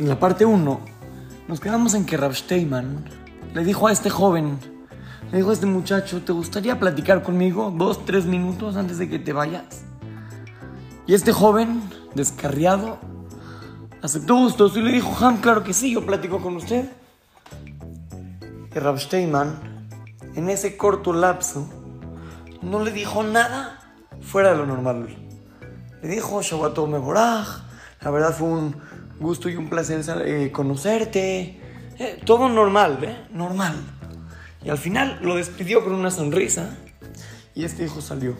En la parte 1, nos quedamos en que Rav Steinman le dijo a este joven, le dijo a este muchacho: ¿te gustaría platicar conmigo 2-3 minutos antes de que te vayas? Y este joven, descarriado, aceptó gustoso y le dijo: Ham, claro que sí, yo platico con usted. Y Rav Steinman, en ese corto lapso, no le dijo nada fuera de lo normal. Le dijo: Shabbat Tov Mevorach, la verdad fue un gusto y un placer conocerte. Todo normal, normal. Y al final lo despidió con una sonrisa y este hijo salió.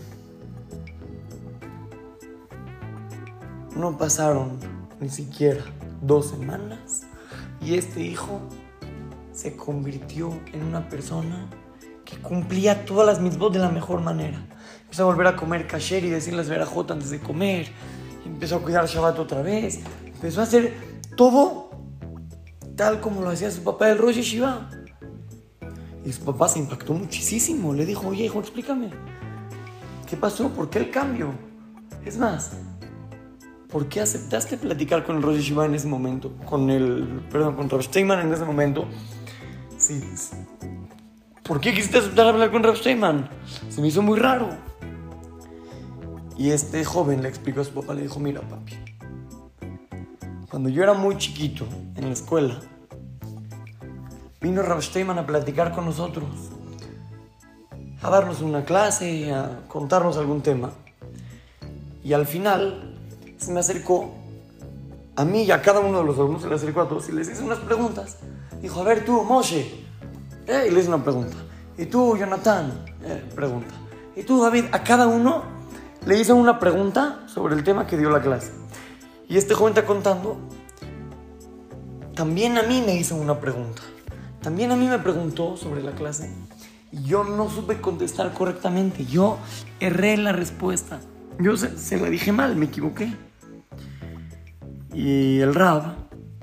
No pasaron ni siquiera 2 semanas y este hijo se convirtió en una persona que cumplía todas las mitzvot de la mejor manera. Empezó a volver a comer kasher y decir las verajot antes de comer. Empezó a cuidar Shabbat otra vez. Empezó a hacer todo tal como lo hacía su papá, el Rosh Yeshiva. Y su papá se impactó muchísimo. Le dijo: oye, hijo, explícame, ¿qué pasó? ¿Por qué el cambio? Es más, ¿por qué aceptaste platicar con el Rosh Yeshiva en ese momento? Con Rav Steinman en ese momento. Sí. ¿Por qué quisiste aceptar hablar con Rav Steinman? Se me hizo muy raro. Y este joven le explicó a su papá, le dijo: mira, papi, cuando yo era muy chiquito en la escuela, vino Rav Steinman a platicar con nosotros, a darnos una clase, a contarnos algún tema. Y al final se me acercó a mí y a cada uno de los alumnos, se le acercó a todos y les hizo unas preguntas. Dijo: a ver tú, Moshe, y le hizo una pregunta. Y tú, Jonathan, pregunta. Y tú, David, a cada uno le hizo una pregunta sobre el tema que dio la clase. Y este joven está contando: también a mí me hizo una pregunta. También a mí me preguntó sobre la clase y yo no supe contestar correctamente. Yo erré la respuesta. Yo se la dije mal, me equivoqué. Y el Rab,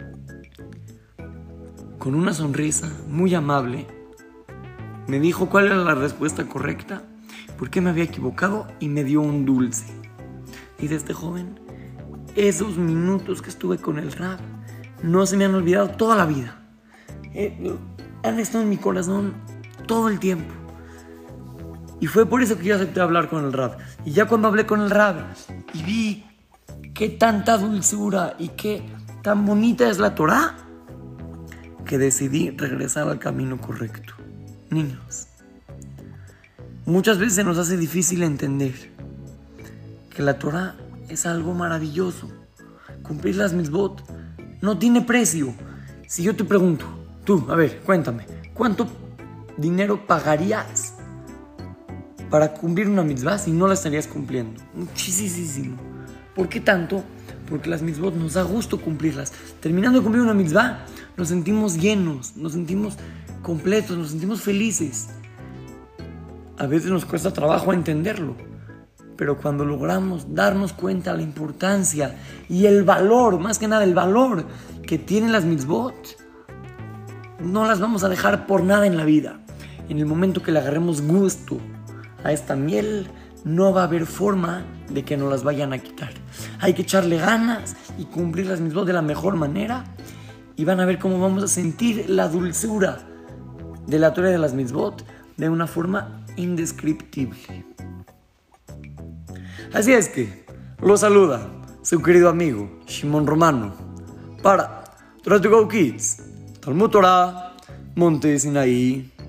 con una sonrisa muy amable, me dijo cuál era la respuesta correcta, por qué me había equivocado y me dio un dulce. Dice este joven: esos minutos que estuve con el Rab no se me han olvidado toda la vida. Han estado en mi corazón todo el tiempo. Y fue por eso que yo acepté hablar con el Rab. Y ya cuando hablé con el Rab y vi qué tanta dulzura y qué tan bonita es la Torá, que decidí regresar al camino correcto. Niños, muchas veces se nos hace difícil entender que la Torá es algo maravilloso. Cumplir las mitzvot no tiene precio. Si yo te pregunto, tú, a ver, cuéntame, ¿cuánto dinero pagarías para cumplir una mitzvah si no la estarías cumpliendo? Muchísimo. ¿Por qué tanto? Porque las mitzvot nos da gusto cumplirlas. Terminando de cumplir una mitzvah, nos sentimos llenos, nos sentimos completos, nos sentimos felices. A veces nos cuesta trabajo entenderlo, pero cuando logramos darnos cuenta de la importancia y el valor, más que nada el valor que tienen las mitzvot, no las vamos a dejar por nada en la vida. En el momento que le agarremos gusto a esta miel, no va a haber forma de que nos las vayan a quitar. Hay que echarle ganas y cumplir las mitzvot de la mejor manera, y van a ver cómo vamos a sentir la dulzura de la Torah de las mitzvot de una forma indescriptible. Así es que lo saluda su querido amigo Shimon Romano para Torah to Go Kids, Talmud Torah, Monte Sinaí.